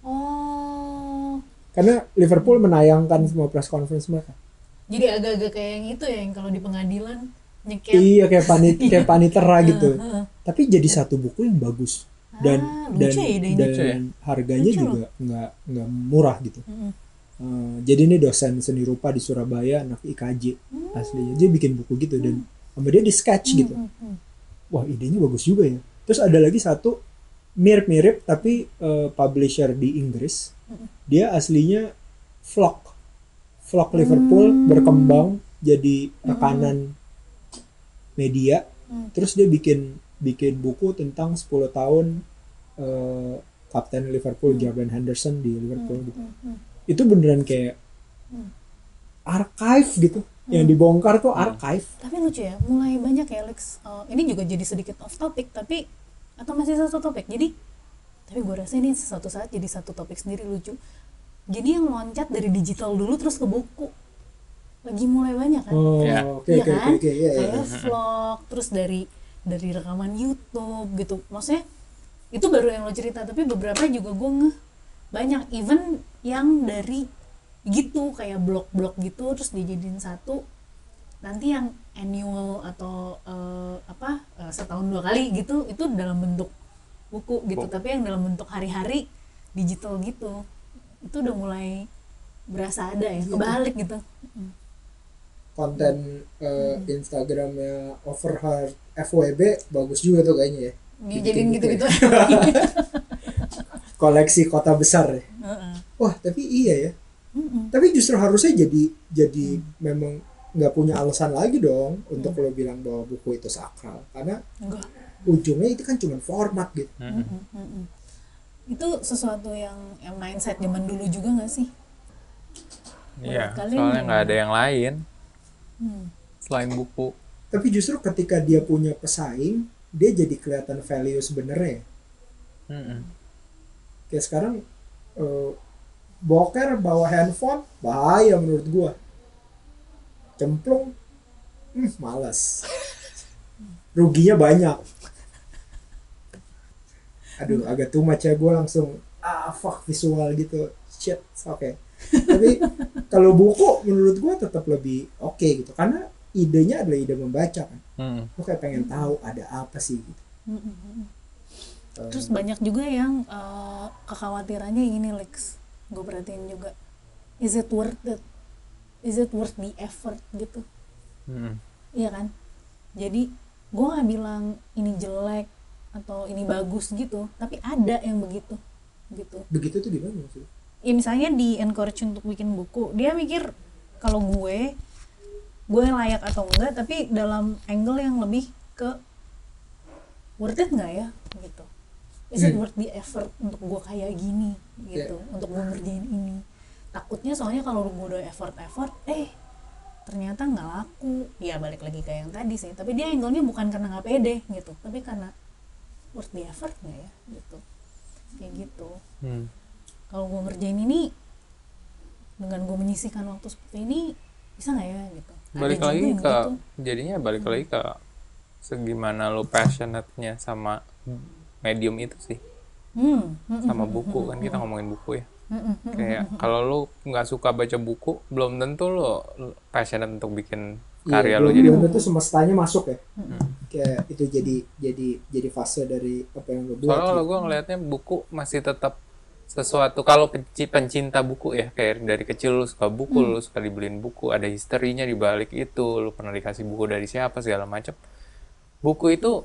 Oh, Karena Liverpool menayangkan semua press conference mereka. jadi agak-agak kayak yang itu ya, yang kalau di pengadilan nyeket. Iya kayak panit kayak panitera gitu. Heeh. Tapi jadi satu buku yang bagus. dan Ah, dan lucu ya idenya. dan Lucu ya? harganya Lucu juga nggak nggak murah gitu. Mm-mm. Uh, jadi ini dosen seni rupa di Surabaya, anak I K J aslinya, dia bikin buku gitu dan sama dia di sketch gitu. Mm-mm. Wah, idenya bagus juga ya. Terus ada lagi satu mirip-mirip tapi uh, publisher di Inggris, dia aslinya vlog vlog Liverpool Hmm. berkembang jadi rekanan media. Hmm. Terus dia bikin bikin buku tentang sepuluh tahun uh, kapten Liverpool Jordan Henderson di Liverpool gitu. Mm-mm. Itu beneran kayak Hmm. archive gitu. Yang dibongkar tuh archive. Tapi lucu ya, mulai banyak ya Lex. Uh, ini juga jadi sedikit off topic, tapi atau masih satu topik. Jadi, tapi gue rasa ini suatu saat jadi satu topik sendiri lucu. Jadi yang loncat dari digital dulu terus ke buku, lagi mulai banyak kan? Oh, Ya. oke Iya oke kan? oke iya iya. Kayak vlog, terus dari dari rekaman YouTube gitu. Maksudnya itu baru yang lo cerita, tapi beberapa juga gue ngeh banyak even yang dari gitu kayak blog-blog gitu terus dijadiin satu, nanti yang annual atau uh, apa uh, setahun dua kali gitu itu dalam bentuk buku gitu. Buku. Tapi yang dalam bentuk hari-hari digital gitu itu udah mulai berasa ada ya, kebalik gitu. Konten uh, Instagramnya Overheard F W B bagus juga tuh kayaknya ya. Dijadiin gitu-gitu. Koleksi kota besar ya. Heeh. Wah, tapi iya ya. Mm-mm. Tapi justru harusnya jadi jadi memang nggak punya alasan lagi dong untuk lo bilang bahwa buku itu sakral, karena Enggak. ujungnya itu kan cuma format gitu. Mm-mm, mm-mm. Itu sesuatu yang, yang mindset zaman dulu juga nggak sih? Iya, Kalian soalnya yang- nggak ada yang lain Hmm. selain buku. Tapi justru ketika dia punya pesaing, dia jadi kelihatan value sebenarnya. Mm-mm. Kayak sekarang eh, boker bawa handphone bahaya menurut gua. Cemplung, hmm, malas. Ruginya banyak. Aduh, agak too much ya, gua langsung ah fuck visual gitu. Shit, oke. Okay. Tapi kalau buku menurut gua tetap lebih oke okay, gitu, karena idenya adalah ide membaca kan. Mm-mm. Lo kayak pengen tahu ada apa sih gitu. Mm-mm. Eh, Terus banyak juga yang uh, kekhawatirannya ini Lex, gue perhatiin juga, is it worth it, is it worth the effort gitu, Mm-mm. iya kan? Jadi gue nggak bilang ini jelek atau ini bagus gitu, tapi ada yang begitu, gitu. begitu tuh gimana maksudnya? Ya misalnya di encourage untuk bikin buku, dia mikir kalau gue, gue layak atau enggak, tapi dalam angle yang lebih ke worth it nggak ya, gitu. Is it Hmm. worth the effort untuk gue kayak gini gitu, untuk gue ngerjain ini. Takutnya soalnya kalau gue udah effort-effort, eh ternyata nggak laku. Ya balik lagi kayak yang tadi sih. Tapi dia angle-nya bukan karena nggak pede gitu, tapi karena worth the effort nggak ya, gitu. Kayak gitu. Hmm. Kalau gue ngerjain ini dengan gue menyisihkan waktu seperti ini, bisa nggak ya gitu. Ada Balik juga lagi yang ke gitu. jadinya balik lagi ke segimana lo passionate-nya sama medium itu sih, Hmm, hmm, sama hmm, buku hmm, kan, kita ngomongin buku ya. hmm, hmm, hmm, Kayak kalau lo nggak suka baca buku, belum tentu lo passionate untuk bikin karya Iya, lo belum- jadi belum buku. tentu semestanya masuk ya. hmm. Kayak itu jadi jadi jadi fase dari apa yang lo buat. Soalnya kalau gitu. gue ngelihatnya buku masih tetap sesuatu, kalau penci- pencinta buku ya, kayak dari kecil lu suka buku, lu suka dibeliin buku, ada historinya di balik itu, lu pernah dikasih buku dari siapa segala macam. Buku itu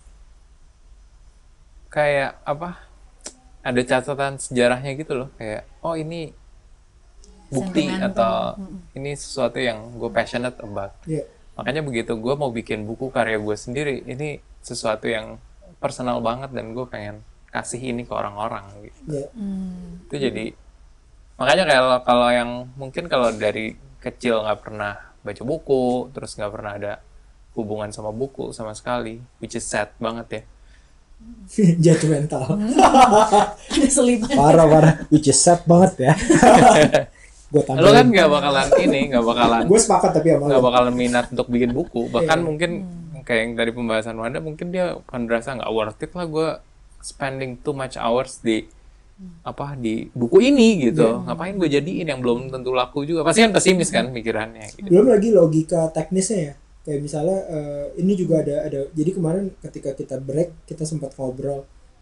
kayak apa? Ada catatan sejarahnya gitu loh, kayak oh ini bukti Sentimental. atau Mm-mm. ini sesuatu yang gue passionate about. Iya. Makanya begitu gue mau bikin buku karya gue sendiri, ini sesuatu yang personal banget dan gue pengen kasih ini ke orang-orang gitu. Iya. Hmm. Itu jadi makanya kalau kalau yang mungkin kalau dari kecil nggak pernah baca buku, terus nggak pernah ada hubungan sama buku sama sekali, which is sad banget ya. Judgmental. Selip. Parah parah. Which is sad banget ya. Gue Lo kan nggak bakalan ini, nggak bakalan Gue sepakat tapi sama nggak lo. bakalan minat untuk bikin buku, bahkan Iya. mungkin kayak yang dari pembahasan Wanda, mungkin dia akan merasa nggak worth it lah gue spending too much hours di apa di buku ini gitu. Ngapain gue jadiin yang belum tentu laku juga, pasti kan pesimis kan pikirannya gitu. Belum lagi logika teknisnya ya. Kayak misalnya eh, ini juga ada ada. Jadi kemarin ketika kita break kita sempat ngobrol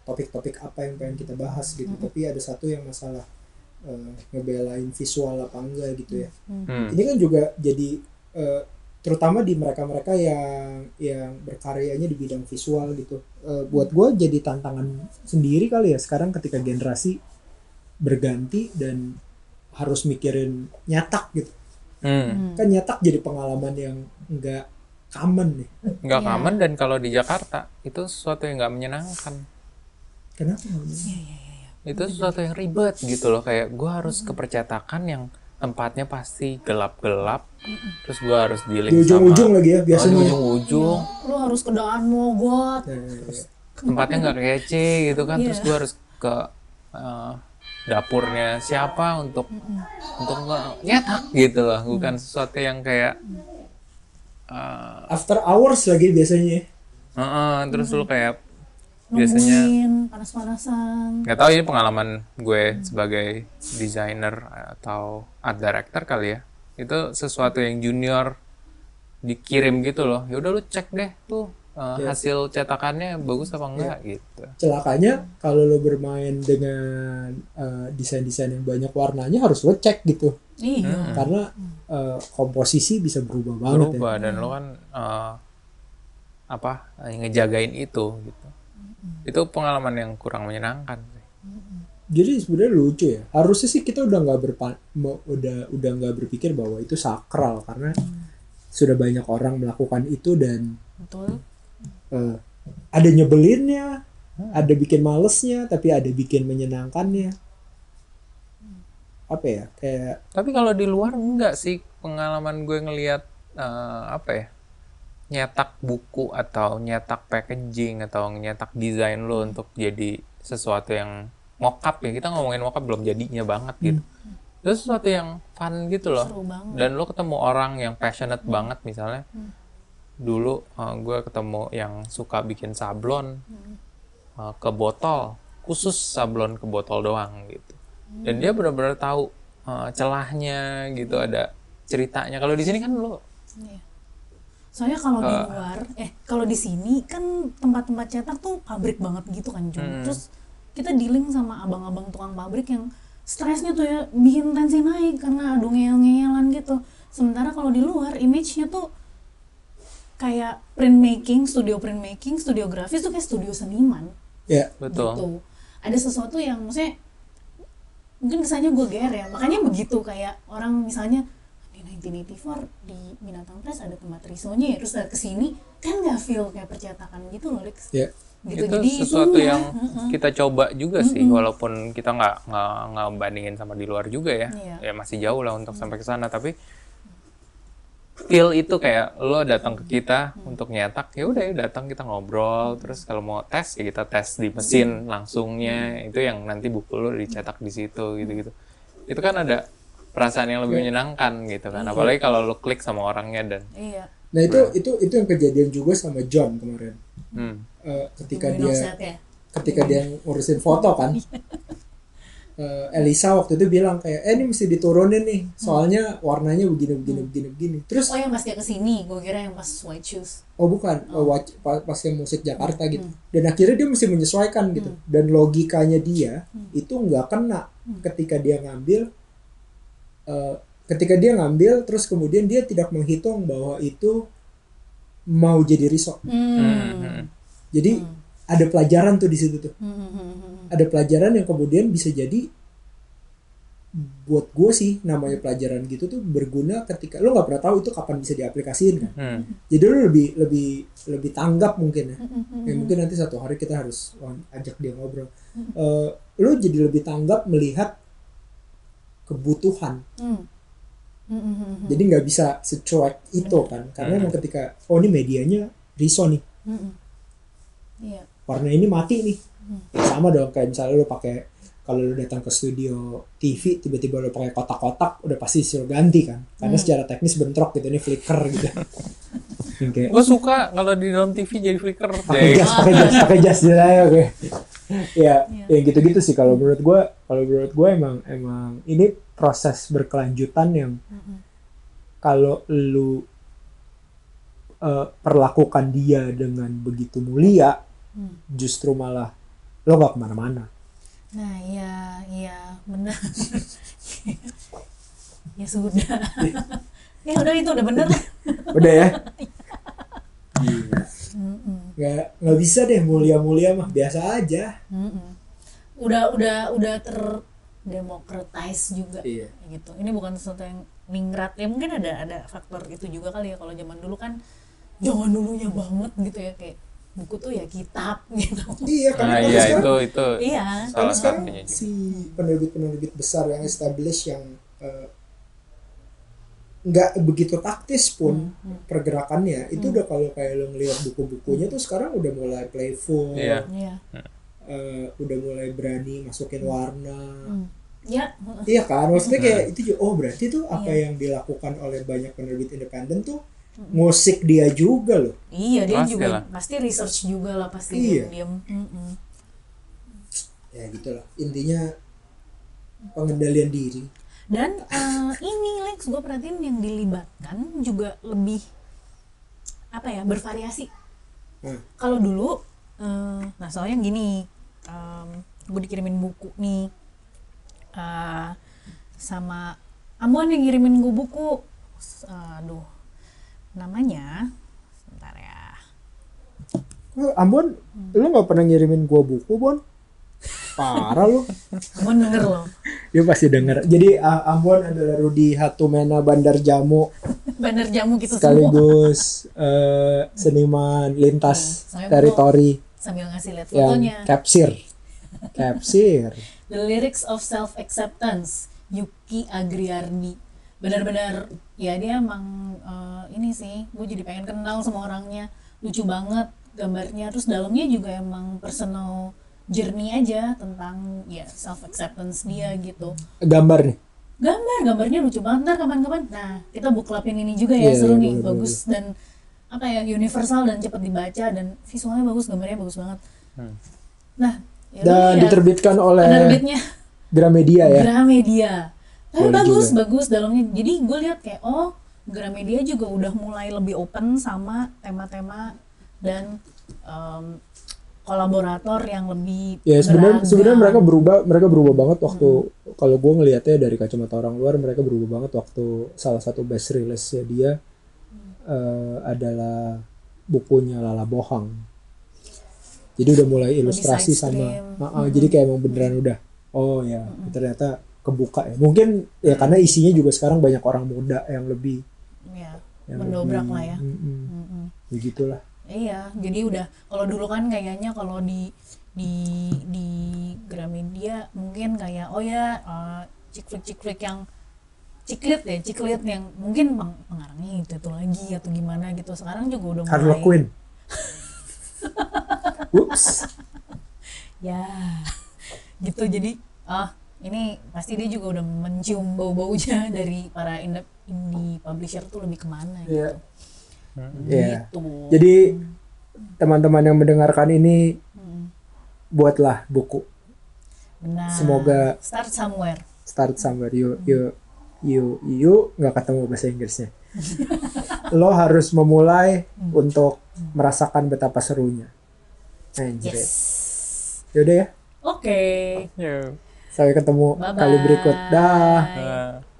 topik-topik apa yang pengen kita bahas gitu, hmm. tapi ada satu yang masalah uh, ngebelain visual apa enggak gitu ya. Hmm. Ini kan juga jadi uh, terutama di mereka-mereka yang yang berkaryanya di bidang visual gitu. Uh, buat gue jadi tantangan sendiri kali ya sekarang ketika generasi berganti dan harus mikirin nyetak gitu. Hmm. Kan nyetak jadi pengalaman yang enggak common nih. Enggak yeah. common, dan kalau di Jakarta itu sesuatu yang enggak menyenangkan. Kenapa? Iya, iya, iya. Itu sesuatu yang ribet gitu loh, kayak gue harus ke percetakan yang tempatnya pasti gelap-gelap, mm-hmm. terus gue harus dealing di ujung-ujung sama, lagi ya biasanya. Oh, di ujung-ujung. Ya, lu harus ke Daan Mogot. Ya, ya, ya. Tempatnya nggak kece gitu kan, yeah. terus gue harus ke uh, dapurnya siapa untuk mm-hmm. untuk nyetak gitu loh, bukan mm-hmm. sesuatu yang kayak uh, after hours lagi biasanya. Uh-uh, terus mm-hmm. lu kayak nungguin, biasanya panas-panasan. Nggak tahu, ini pengalaman gue hmm. sebagai desainer atau art director kali ya. Itu sesuatu yang junior dikirim gitu loh. Ya udah lu cek deh tuh uh, ya. hasil cetakannya bagus apa enggak ya. gitu. Celakanya kalau lo bermain dengan uh, desain-desain yang banyak warnanya harus lo cek gitu. Iya. Hmm. Karena uh, komposisi bisa berubah banget. Berubah ya. Dan lo kan uh, apa ngejagain itu gitu. Itu pengalaman yang kurang menyenangkan. Jadi sebenarnya lucu ya. Harusnya sih kita udah nggak berpa- udah udah nggak berpikir bahwa itu sakral karena hmm. sudah banyak orang melakukan itu dan betul. Uh, ada nyebelinnya, hmm. ada bikin malesnya, tapi ada bikin menyenangkannya. Apa ya? Kayak. Tapi kalau di luar enggak sih, pengalaman gue ngelihat uh, apa ya? Nyetak buku atau nyetak packaging atau nyetak desain lo hmm. untuk jadi sesuatu yang mock-up ya, kita ngomongin mock-up belum jadinya banget gitu. Hmm. Itu sesuatu yang fun gitu loh. Dan lo ketemu orang yang passionate hmm. banget misalnya. Hmm. Dulu uh, gue ketemu yang suka bikin sablon hmm. uh, ke botol, khusus sablon ke botol doang gitu. Dan hmm. dia benar-benar tahu uh, celahnya gitu, ada ceritanya. Kalau di sini kan lo yeah. Soalnya kalau uh, di luar, eh kalau di sini kan tempat-tempat cetak tuh pabrik banget gitu kan, Jun. Hmm. Terus kita dealing sama abang-abang tukang pabrik yang stresnya tuh ya bikin tensi naik karena adu ngeyel-ngeyelan gitu. Sementara kalau di luar image-nya tuh kayak printmaking, studio printmaking, studio grafis tuh kayak studio seniman. Iya, yeah. betul. Gitu. Ada sesuatu yang maksudnya mungkin kesannya gue ger ya. Makanya begitu kayak orang misalnya nineteen eighty-four di Binatang Press ada tempat risonya ya, terus kesini kan nggak feel kayak percetakan gitu loh, Lex. Yeah. Gitu. Itu jadi sesuatu itu, yang uh-uh. kita coba juga uh-uh. sih, walaupun kita nggak nggak bandingin sama di luar juga ya, yeah. ya masih jauh lah untuk uh-uh. sampai ke sana. Tapi feel itu kayak lo datang ke kita uh-uh. untuk nyetak, ya udah ya datang kita ngobrol, uh-uh. terus kalau mau tes ya kita tes di mesin uh-uh. langsungnya, uh-uh. itu yang nanti buku lo dicetak di situ gitu-gitu. Itu kan ada perasaan yang lebih menyenangkan gitu kan, iya. apalagi kalau lo klik sama orangnya dan iya. Nah itu nah. itu itu yang kejadian juga sama John kemarin, hmm. uh, ketika Mungkin dia ya? ketika hmm. dia ngurusin foto kan, uh, Elisa waktu itu bilang kayak eh ini mesti diturunin nih, soalnya warnanya begini begini hmm. begini begini. Terus oh yang pas dia kesini, gue kira yang pas White Shoes. Oh bukan, oh. Oh, pas, pas yang musik Jakarta gitu. Hmm. Dan akhirnya dia mesti menyesuaikan gitu, hmm. dan logikanya dia hmm. itu nggak kena hmm. ketika dia ngambil. Uh, ketika dia ngambil terus kemudian dia tidak menghitung bahwa itu mau jadi riso. Mm. Jadi mm. ada pelajaran tuh di situ tuh. Mm. Ada pelajaran yang kemudian bisa jadi buat gue sih namanya pelajaran gitu tuh berguna ketika lo nggak pernah tahu itu kapan bisa diaplikasiin kan. Mm. Jadi lo lebih lebih lebih tanggap mungkin ya. Mm. Ya mungkin nanti satu hari kita harus ajak dia ngobrol. Mm. Uh, lo jadi lebih tanggap melihat kebutuhan, mm. Mm-hmm. jadi nggak bisa secuek itu kan, karena mm-hmm. ketika oh ini medianya riso nih, mm-hmm. yeah. warna ini mati nih, mm. sama dong kayak misalnya lo pakai kalau lo datang ke studio T V tiba-tiba lo pakai kotak-kotak udah pasti disuruh ganti kan, karena mm. secara teknis bentrok gitu, ini flicker gitu. Okay. Gue suka kalau di dalam T V jadi flicker. Pakai jas, pakai jas, pakai jas aja oke. Ya, yeah. ya gitu-gitu sih kalau menurut gue. Kalau menurut gue emang emang ini proses berkelanjutan yang mm-hmm. kalau lu uh, perlakukan dia dengan begitu mulia, mm. justru malah lo nggak kemana-mana. Nah iya iya benar. Ya sudah. Ya udah itu udah bener lah. Udah ya. Iya. Nggak nggak bisa deh mulia-mulia mah, biasa aja. Mm-mm. Udah udah udah terdemokratis juga. Iya. Gitu. Ini bukan sesuatu yang ningrat ya, mungkin ada ada faktor itu juga kali ya. Kalau zaman dulu kan zaman dulunya banget gitu ya, kayak buku tuh ya kitab gitu. Iya karena Nah kalau iya sekarang, itu itu Iya. karena salah sekarang satunya juga. si penerbit-penerbit besar yang established yang eh, nggak begitu taktis pun pergerakannya itu udah, kalau kayak lo ngeliat buku-bukunya tuh sekarang udah mulai playful, Iya. Iya. eh, udah mulai berani masukin warna. Hmm. Ya. Iya kan, maksudnya kayak itu juga, oh berarti tuh apa Iya. yang dilakukan oleh banyak penerbit independen tuh musik dia juga loh. Iya dia Pasti juga lah. pasti research juga lah pasti Iya. diam. Ya gitulah intinya, pengendalian diri. Dan eh, ini Lex, gue perhatiin yang dilibatkan juga lebih apa ya, bervariasi. Nah, Kalau dulu, eh, nah soalnya gini, gue dikirimin buku nih, eh, sama Ambon yang ngirimin gue buku, S- aduh, namanya, sebentar ya, oh, Ambon, lu nggak pernah ngirimin gua buku, Bon? Parah lu. Ambon denger loh, Dia pasti denger. Jadi uh, Ambon adalah Rudi Hatumena Bandar Jamu, Bandar Jamu gitu semua, sekaligus uh, seniman lintas Hmm, saya teritori sambil ngasih lihat yang fotonya. kapsir. Kapsir. The Lyrics of Self-Acceptance, Yuki Agriardi. Benar-benar ya dia emang eh, ini sih, gue jadi pengen kenal sama orangnya, lucu banget gambarnya, terus dalamnya juga emang personal journey aja tentang ya self acceptance dia gitu. Gambar nih. Gambar gambarnya lucu banget, ntar kapan-kapan nah kita book clubin ini juga ya. Iya, Seru iya, nih, boleh, bagus dan apa ya, universal dan cepat dibaca dan visualnya bagus, gambarnya bagus banget. Hmm. Nah ya Dan udah, ya, diterbitkan oleh penerbitnya Gramedia ya. Gramedia. Tapi Boleh bagus, juga. bagus dalamnya. Jadi gue lihat kayak oh, Gramedia juga udah mulai lebih open sama tema-tema dan em, kolaborator yang lebih Ya sebenarnya beragam. sebenarnya mereka berubah mereka berubah banget waktu kalau gue ngelihatnya dari kacamata orang luar, mereka berubah banget waktu salah satu best release-nya dia eh, adalah bukunya Lala Bohang. Jadi udah mulai ilustrasi side sama stream. ah, ah, jadi kayak emang beneran udah oh ya ternyata kebuka ya. Mungkin ya karena isinya juga sekarang banyak orang muda yang lebih ya, yang mendobrak lebih, lah ya. mm-mm, Mm-mm. begitulah. Iya, jadi udah kalau dulu kan kayaknya kalau di di di Gramedia mungkin kayak oh ya uh, chick flick chick flick yang ciklit ya, ciklit yang mungkin peng- pengarangnya itu, itu lagi atau gimana gitu. Sekarang juga udah mulai Harlequin. Whoops. ya gitu. Jadi ah ini pasti dia juga udah mencium bau-baunya dari para indie, indie publisher tuh lebih kemana gitu. Iya. Iya. Gitu. Jadi teman-teman yang mendengarkan ini buatlah buku. Benar. Semoga Start somewhere. start somewhere. Yuk, yuk, yuk, yuk. Nggak ketemu bahasa Inggrisnya. Lo harus memulai untuk merasakan betapa serunya. Anjir. Yes. Yaudah ya. Oke. Yo. Sampai ketemu Bye-bye. kali berikut. Dah. Nah.